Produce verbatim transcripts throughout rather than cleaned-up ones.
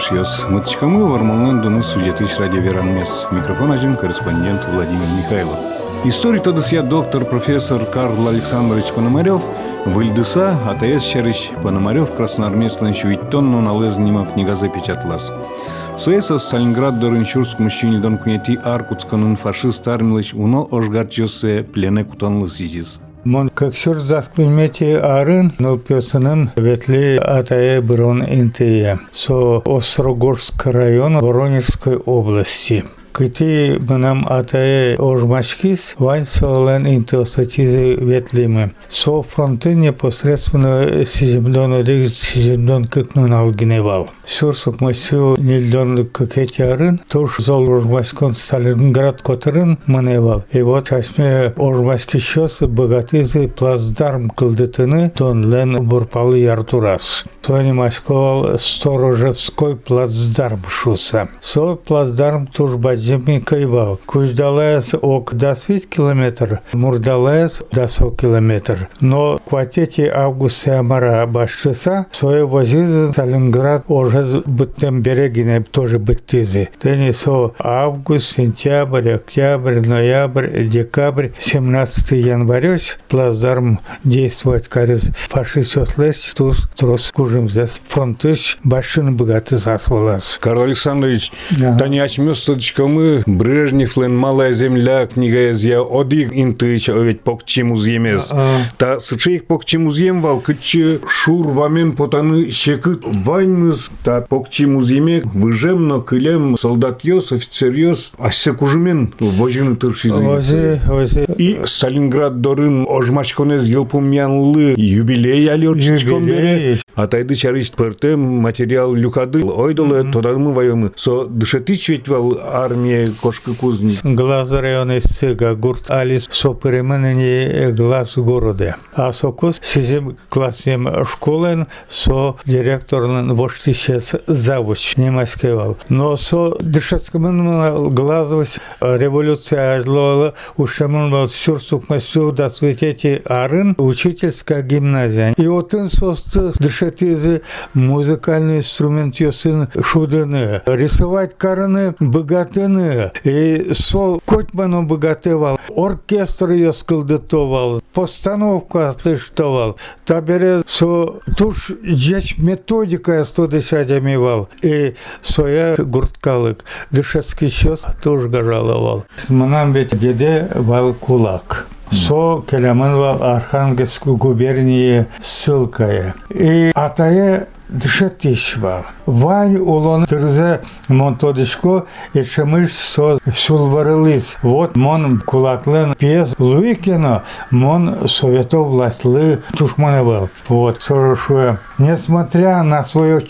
слушаюсь. Матчкамы вармонлен дуны сюжетыш радио Веранмес. Микрофон один корреспондент Владимир Михайлов. Историк тодосия доктор профессор Карл Александрович Пономарев Выльдыса, АТС Шарыч Пономарев красноармействен шуиттонну налезнима книга запечатлас. Соеса Сталинград дорынчурск мужчине дон кунети Аркутсканын фашист армилыш уно ожгарчосе плене кутанлы сижис. Мон как шур засквильмети арын нолпёсының ветли атае брон интея. Со Острогорск район Воронежской области. Кити нам атае ожмачкис вань солен интеосатизы ветлимы. Со фронты непосредственно сиземдон одег сиземдон кыкнун алгиневал. Сюрсук масю нильдон кыкети арын, туш зол ожмачкон Сталинград котырын маневал. И вот ашме ожмачки щос богатызы плацдарм кылдытыны тон лен бурпалы яртурас. Тони мачковал Сторожевской плацдарм шуса. Со плацдарм туш бадзими кайвал. Куждалес ок десять километр, мурдалес десять километр. Но кватети августа амара башчыса сое возизы Сталинград уже быттем берегине тоже быттызы. Тени со август, сентябрь, октябрь, ноябрь, декабрь, семнадцатый январь плацдарм действует карез фашистов слэш туз трос кужим здесь фронтыш башин богаты засвалас. Карл Александрович, тани ачмёсточкамы Брежнев лен малая земля книга я одик интыч овет покчи муземес. Та сычейк покчи музем вал кычы шур вамен потаны шекыт вайнмыз та покчи муземе выжемно кылем солдат ёс офицер ёс асе кужумен вожины тыршизы. Озе озе. И Сталинград дорын ожмачконез елпумянлы юбилей алёрчичком бере. Атайды чарыш пырте материал люкады ойдолы тодамы вайомы. Со дышетыч ведь вал армия кошка кузни. Глаз районы сыга гурт алис со переменени глаз города. А сокус сизем классем школен со директорлен воштищес завуч немайский вал. Но со дышетском глазовось революция ажлола ушамон вал сюрсук масю да светети арын учительская гимназия. И вот он со дышетизы музыкальный инструмент ёсын шудыны. Рисовать караны богатыны. И со котьману богатывал. Оркестр ее сколдытовал. Постановку отлыштовал. Табере со туш джеч методика сто дышать омивал. И соя гурткалык. Дышецкий щас тоже гажаловал. Манам ведь деде вал кулак. Со келеман вал Архангельскую губернии ссылкая. И атае дышетишвал. Вань улон тырзе монтодишко и чемыш со сулварылыс. Вот мон кулаклен пьес Луикино, мон советов властлы тушманевал. Вот, сорушуя. Несмотря на свое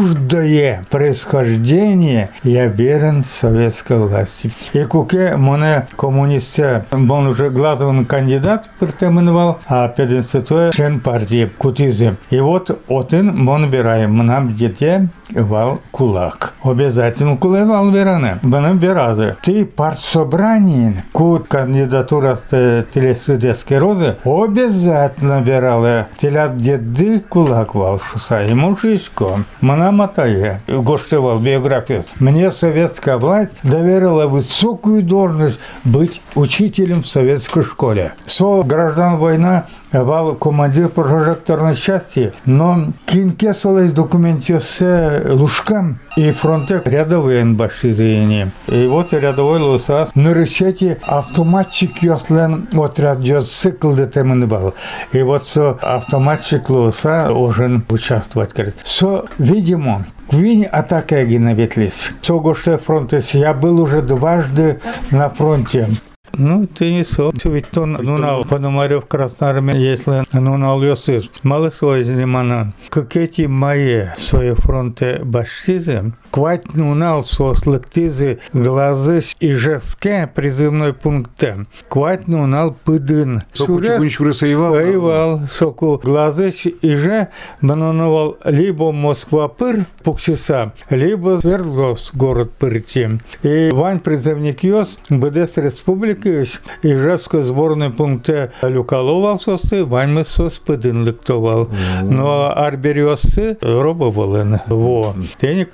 чуждое происхождение, я верен советской власти. И куке моне коммунисте, он уже глазовый кандидат притеменовал, а пятидесятое член партии Кутизы. И вот один мон вираем, нам детей вал кулак. Обязательно кулевал вераны. Бенам веразы. Ты партсобранин, кут кандидатура с телесудецкой розы, обязательно вералы. Телят деды кулак вал шуса. Ему шишко. Мана матае. Гоштевал биографию. Мне советская власть доверила высокую должность быть учителем в советской школе. Со граждан война вал командир прожекторной части, но кинке солось документиосе лужкам и фронте рядовые башизыни. И вот рядовой лоса на рычете автоматчик ёслен отряд ёс цикл детеминбал. И вот со автоматчик лоса ожен участвовать. Со, видимо, Квинь атака гинаветлис. Со гоше фронте я был уже дважды на фронте. Ну, ты не со. Ведь то нунал Пономарев Красноармия, если нунал Йосиф. Мало свой зимана. Как эти мои свои фронты баштизы, квать нунал со слыктизы глазы Ижевске призывной пункт. Квать нунал пыдын. Соку чекунчик рысаевал. Воевал. Соку глазы Иже банановал либо Москва-Пыр пукчиса, либо Свердловск город Пырти. И Вань призывник Йос, БДС Республики, Ижевской сборной пункте люкаловал сосы, Вань сос пыдын лыктовал. Но арбериосы робовален. Во. Тенек патну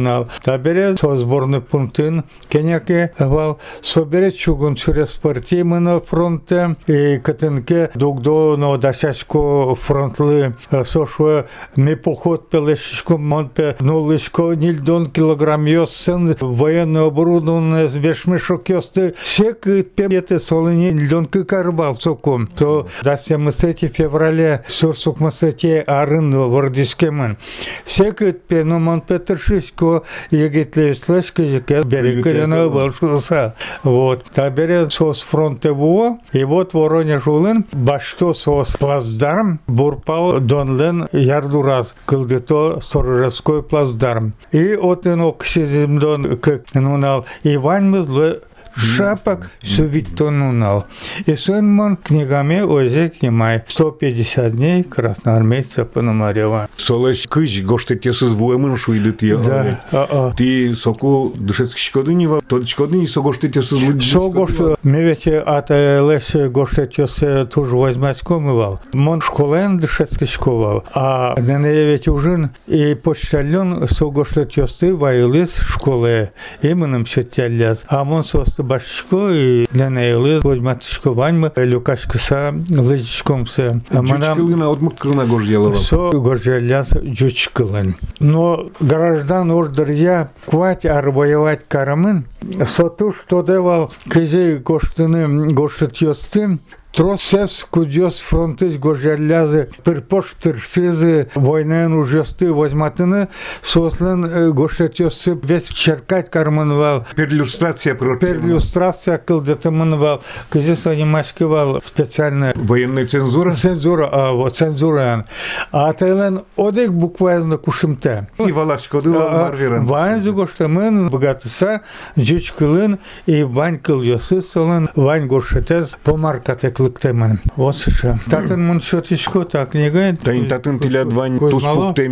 унал. Табере со сборный пунктын кенеке вал собере чугун через партиймына фронте и катынке дугдо но дашачко фронтлы сошва ми поход пелешко монпе нулышко нильдон килограмм йоссен военное оборудование вешмешок йосты сек пете солыни нильдон карбал соком то дася мысети феврале сурсук мысети арын вардискемен сек пе но мон петершишко егитле слышка жеке берекелена большуса вот табере сос фронте во и вот Воронеж улын башто сос плацдарм бурпал донлен ярдураз кылдыто сторожевской плацдарм и отын оксизимдон к нунал Иванмыз шапок сувиттонунал. И сын книгами озек немай сто пятьдесят дней красноармейца Пономарева. Солаш кыш гоштетесыз воемын шуйдыт я. Да. А, Ты соку дышецк шкодынева, тот шкодыни со гоштетесыз лыдь. Со гошт, мевете ата лес гоштетесе тоже возьмать комывал. Мон школен дышецк шковал. А денеевете ужин и почтальон со гоштетесты вайлыс школе. Именно сетяляз. А мон сос башко и денейлы возьматышко ваньмы люкашкаса лыжкомся. Жучкылына отмыткылына горжелова. Со горжеляз жучкылын. Но граждан ордер я квать арбоевать карамын. Со ту, что давал кызей гоштыны гоштетёсты, Тросес кудьос фронтыш гожерлязы перпоштырсызы войнен ужасты возьматыны сослен гошетёсы весь черкать карманвал. Перлюстрация прописана. Перлюстрация кылдытымынвал. Кызыс анимашкивал специально. Военная цензура? Цензура, а вот цензура. А тайлен одек буквально кушымте. И валашко дыла марверан. Вань зугоштамын богатыса жучкылын и вань кыльосы солын вань гошетез помаркатек лыктеман. Вот США. Татын мун шотичко так не гайд. Тайн татын тилядвань туспуктем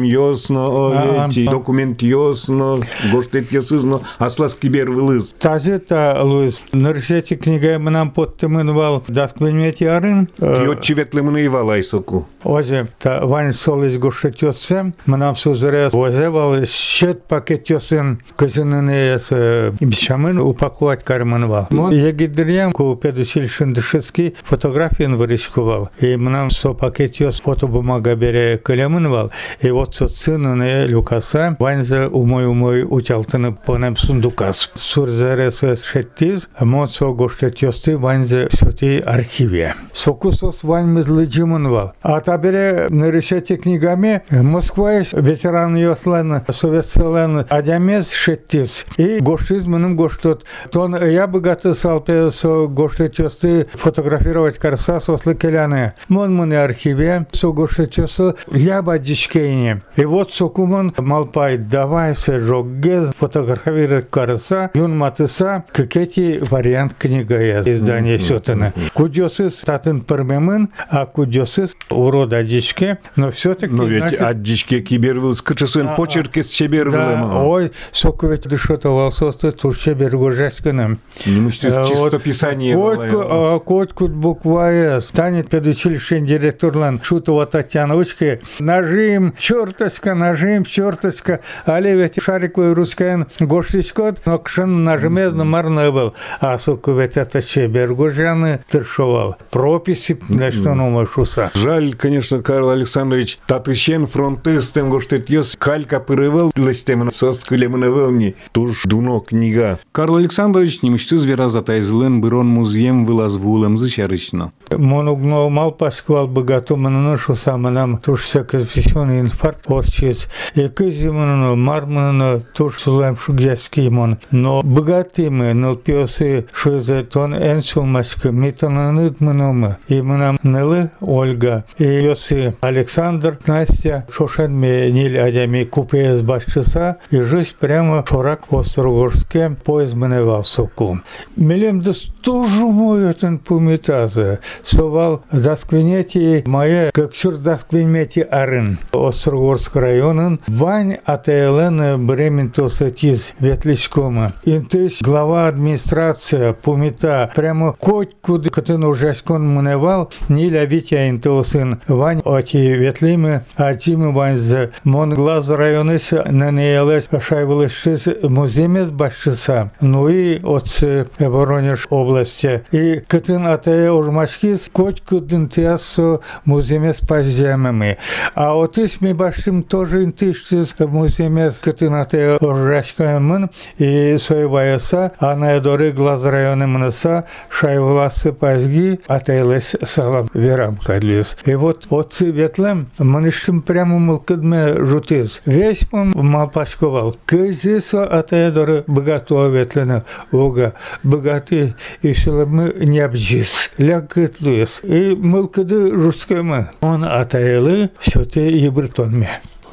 йосно, эти документ йосно, гоштет йосызно, аслас кибер вылыз. Тазета Луис наршети книга нам подтымынвал дасквенмети арын. Ти отчеветлемыны ивалай соку. Озе та вань солис гошетёсем, манам сузере возевал щет пакетёсен кызыныны с бишамын упаковать карманвал. Егидрям ку педусильшин дышецкий фотографиян вырисковал. И нам со пакетёс фотобумага бере калямынвал. И вот со цыныны люкаса ваньза умой-умой учалтыны понем сундукас. Сурзере со шеттиз, мон со гошетёсты ваньза соти архиве. Сокусос ваньмыз лыджимынвал. А табере нарисети книгами Москва ветеран йослен советселен адямез шеттиз. И гошизмыным гоштот. Тон я бы гаты салпе со гошетёсты фотографировать карса сослы келяны. Мон мыны архиве со гошетёсы ляба дичкейни. И вот сокумон малпай давай се жогге фотографировать карса юн матыса какети вариант книга издание сётыны. Кудёсыз татын пермемын, а кудёсыз урода дичке, но все-таки... Но ведь от дичке кибервыл скачасын почерки с чебервылем. Ой, соку ведь дышотовал состы турче бергожачканым. Не мышцы чистописание. Котку буква С. Станет педучилищен директорлан Шутова Татьяна Учки. Нажим, черточка, нажим, черточка. Але ведь шариковый русская гоштичкот, но кшен нажимезно марно был. А соку ведь это че бергожаны тыршовал. Прописи, да что номер шуса. Жаль, конечно, Карл Александрович, татыщен фронтыстым гоштетьёс калька пырывал лыстем соскулемынывылни. Туж дуно книга. Карл Александрович немышцы звера затайзлын бырон музеем вылаз вулем зычарычно. Моногно мал пашквал богато манано шуса манам туж вся конфессионный инфаркт порчиц. И кызи манано мар манано туж сулаем шугяски мон. Но богатые мы, но пёсы шузе тон энсул мачка митананыд манома. И манам нелы Ольга. И йосы Александр, Настя, шошенме ниль адями купе с башчыса. И жизнь прямо шорак по Строгорске поезд маневал соку. Мелем да стужу мой этот пумитаз. разы. Совал Засквинети моя, как черт Засквинети Арын. Острогорск районын Вань АТЛН Брементосетиз Ветличкома. Интыш глава администрация Пумита прямо коть куды катын ужаскон мневал ниля Витя интосын Вань оти ветлимы адимы Вань за мон глаз районыс нанеялес шайвылышыз муземес башчыса. Ну и от Воронеж области. И катын атая ужмашкис коть кудын тясо муземес паземами. А от исми башим тоже интышсыз муземес катын атая ужашкамын и соеваяса, а на доры глаз районы мнеса шайвыласы пазги атайлес салам верам кадлюс. И вот от ветлем манышым прямо мылкыдме жутыз. Весь мон мапашковал. Кызысо атая доры богатого ветлена ога. Богатый и шеломы не обжиз. Лягытлюс. И мылкыды жуткамы. Он атайлы все те ебртонме.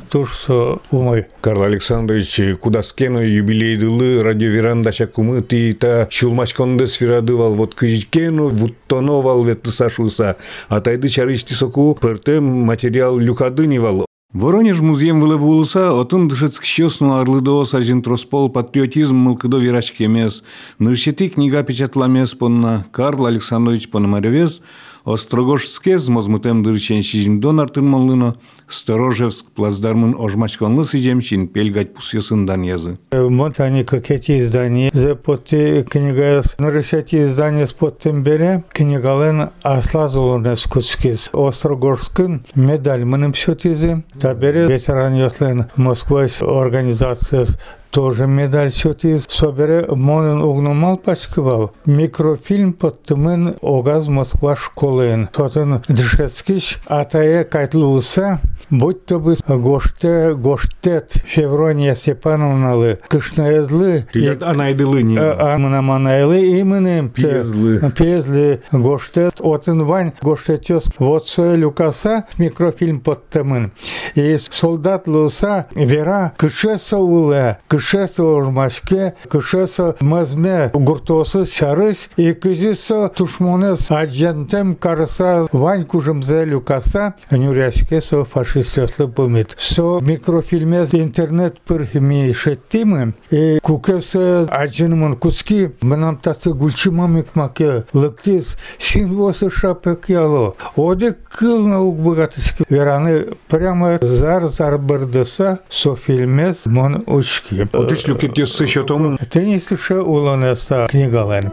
Турсо умой. Карл Александрович, куда скену юбилейдылы радиоверанда кумы ты та чулмачконды сферадывал вот кыжкену вуттоновал ветты сашуса, а тайды чарышти соку пырты материал люкадынивал. Воронеж музеем вылывулса, отын дышыцк щесну арлыдо сажин троспол патриотизм мылкыдо вирачке мес, нырщети книга печатламес понна Карл Александрович Пономаревез, Острогожскез мозмутем дырчен шижим донартын моллыно, Сторожевск плацдармын ожмачконлы сижем чин пельгать пусьесындан язы. Вот они как эти издания. За подти книга нарышати издания с подтем бере, книгален аслазулоны скутскиз. Острогожскын медаль мыным счетизы. Табере ветеран йослен Москва организация тоже медаль счетиз. Собере монен угнумал пачкывал. Микрофильм подтымын огаз Москва школын. Тотын дышецкиш атае кайтлуса. Будь то бы гоште, гоштет Феврония Степановналы, кышнаезлы. Анайдылы не. А манаманайлы именно. Пезлы. Пезлы гоштет. Отын вань гоштетёс. Вот свой люкаса микрофильм подтымын. И солдат луса вера кышеса уле. Кышеса урмашке, кышеса мазме гуртосы чарыс. И кызыса тушмонес аджентем караса вань кужымзе люкаса. Нюряшке со фашист сёслы помит. Со микрофильме интернет пырхими шеттимы. И кукевсе аджинман куски. Манам тасы гульчимамик маке лыктис. Синвосы шапек яло. Оде кыл наук богатыски. Вераны прямо зар-зар бардыса со фильмес мон учки. Одыш люкетес еще тому. Ты не слыша уланеса книгален.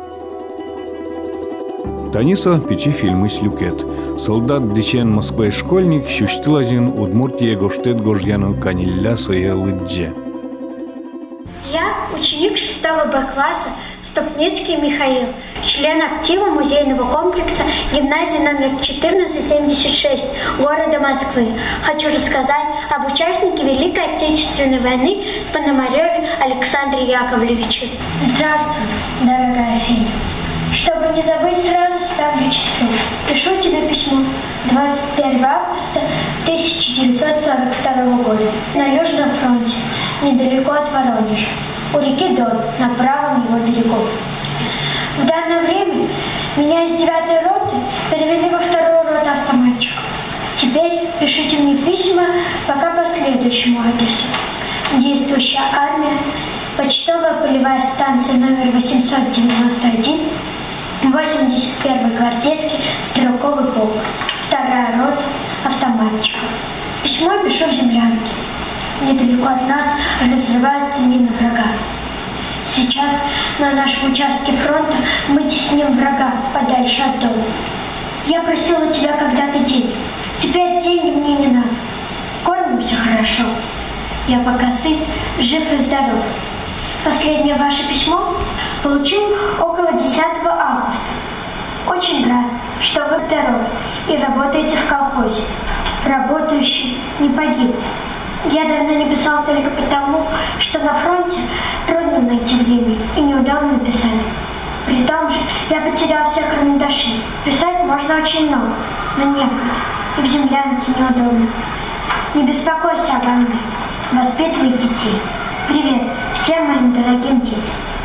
Танисо печи фильмы слюкет. Солдат дичен Москвай школьник щущтылазин Удмуртия гоштет горжьяну канилля своя лыдже. Я ученик шестого Б класса Стопницкий Михаил, член актива музейного комплекса гимназии номер четырнадцать семьдесят шесть города Москвы. Хочу рассказать об участнике Великой Отечественной войны Пономареве Александре Яковлевиче. Здравствуй, дорогая Феня. Чтобы не забыть, сразу ставлю число. Пишу тебе письмо двадцать первого августа тысяча девятьсот сорок второго года на Южном фронте, недалеко от Воронежа, у реки Дон, на правом его берегу. В данное время меня из девятой роты перевели во вторую роту автоматчиков. Теперь пишите мне письма пока по следующему адресу. Действующая армия, почтовая полевая станция номер восемьсот девяносто один, восемьдесят первый гвардейский стрелковый полк, вторая рота автоматчиков. Письмо пишу в землянке. Недалеко от нас разрывается мина врага. Сейчас на нашем участке фронта мы тесним врага подальше от дома. Я просила тебя когда-то денег. Теперь деньги мне не надо. Кормимся хорошо. Я пока сыт, жив и здоров. Последнее ваше письмо получил около десятого августа. Очень рад, что вы здоровы и работаете в колхозе. Работающий не погиб. Я давно не писал только потому, что на фронте трудно найти время и неудобно писать. При том же я потерял все карандаши. Писать можно очень много, но некогда. И в землянке неудобно. Не беспокойся обо мне. Воспитывай детей. Привет всем моим дорогим детям.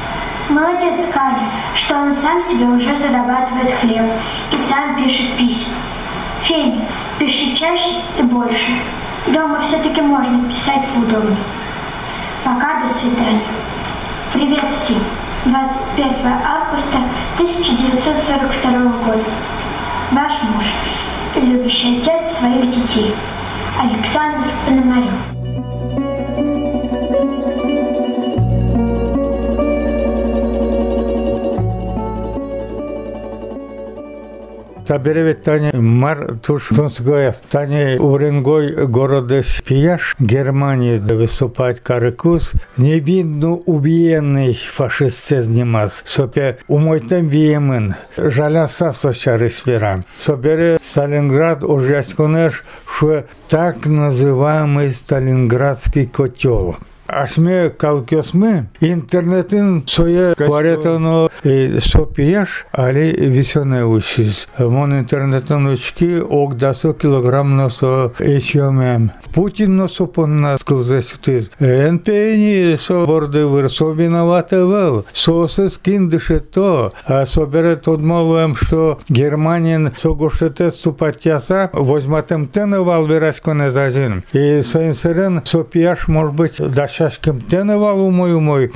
Молодец Катя, что он сам себе уже зарабатывает хлеб и сам пишет письма. Феня, пиши чаще и больше. Дома все-таки можно писать удобнее. Пока, до свидания. Привет всем. двадцать первого августа тысяча девятьсот сорок второго года. Ваш муж, любящий отец своих детей, Александр Пономарев. Таберевет Таня Мар Тушнская, Таня Уренгой города Пияш, Германии выступать Каракус, невинно убиенный фашистце снимас, сопе умойтем виемен, жаляса сочары свера. Собере Сталинград ужасконеш, что так называемый Сталинградский котел. Ашме калкёсме интернетин соя кваретано и сопияш, али висёне учис. Мон интернетин очки огдасо килограмм носо эчёмем. Путин носо понна скылзэсютыз. эн-пэ-ни со борды выр, со виноваты был. Сосы скиндыше то. А собере тодмолуем, что Германин со гошете супатяса возьматем теневал вирасконе зазин. И со инсерен сопияш может быть даш шашкам теневал умой умой,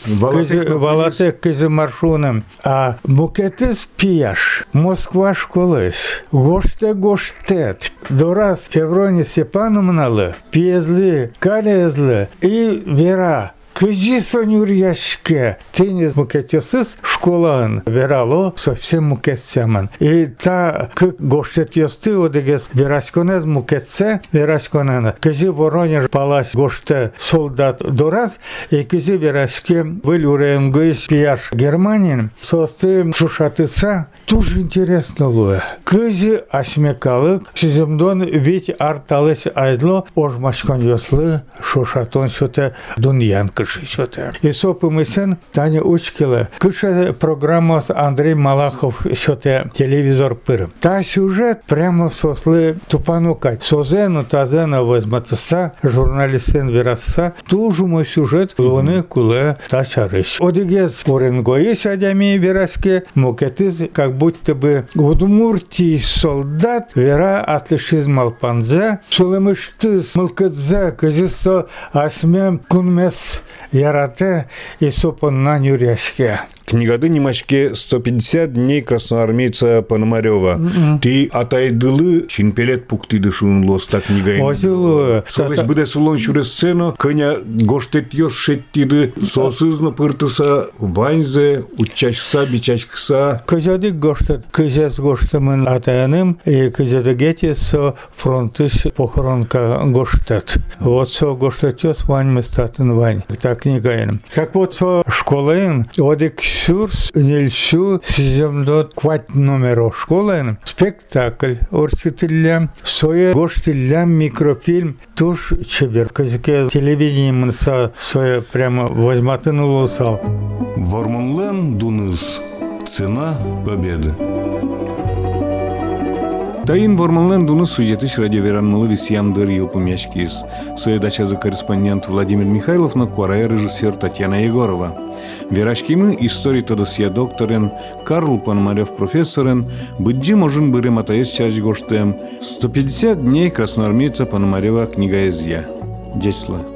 валатек кизи маршуном, а мукетис пияш, Москва школес, гоште гоштет, дораз Февроне Степановналы, пьезли, калезли и вера. Кыжи сонюрьяшке, тенис мукетёсыз школан верало совсем мукетсяман. И та к гоштет ёсты одегес верашконез мукетсе верашконена. Кыжи Воронеж палась гоште солдат дораз, и кыжи верашке вылюреем гыш пияш Германин, состы шушатыца, тоже интересно луэ. Кыжи ашмекалык, шиземдон ведь арталыш айдло, ожмашкон ёслы, шушатон шоте дуньянка. И сопы мысен Таня Учкила. Кыша программа с Андрей Малахов что-то телевизор пыр. Та сюжет прямо сослы тупанукать. Созену тазена возьматся, журналистен вераса. Тоже мой сюжет луны куле тачарыш. Одигез Уренгои садями вераске, мукетыз как будто бы Удмуртии солдат вера отлишиз малпанзе, сулемыштыз мылкадзе, казисто асмем кунмес ярате и сопон на нюряшке. Книгады немашке сто пятьдесят дней красноармейца Пономарева. Mm-hmm. Ты атайдылы чинпелет пуктиды шун лоста книга. Озилу. Солось буде сулон шуре сцену, коня гоштет ёс шеттиды, сосызно пыртыса, ваньзе, учачса, бичачкса. Кызядык гоштет, кызяс гоштемын атаяным, и кызяды гети со фронтыш похоронка гоштет. Вот со гоштет ёс вань местатын вань. Та книга. Как вот со школаин, одик Сюрс, нельзю, сеземдот квать номеро школы, спектакль, орчителям, соя гоштилям, микрофильм, туш чебер. Казаке телевидение мынса соя прямо возьматынуло сал. Вормунлен Дуныс. Цена победы. Таин Вормунлен Дуныс сюжетыш радиоверанмылы висьямдыр елпумяшкиз. Соя дачазы корреспондент Владимир Михайлов, на кварая режиссер Татьяна Егорова. Верашкимы истории тодосия докторен, Карл Пономарев профессорен, быджи можен бырем атаес чаж гоштем, сто пятьдесят дней красноармейца Пономарева книга изъя. Дечла.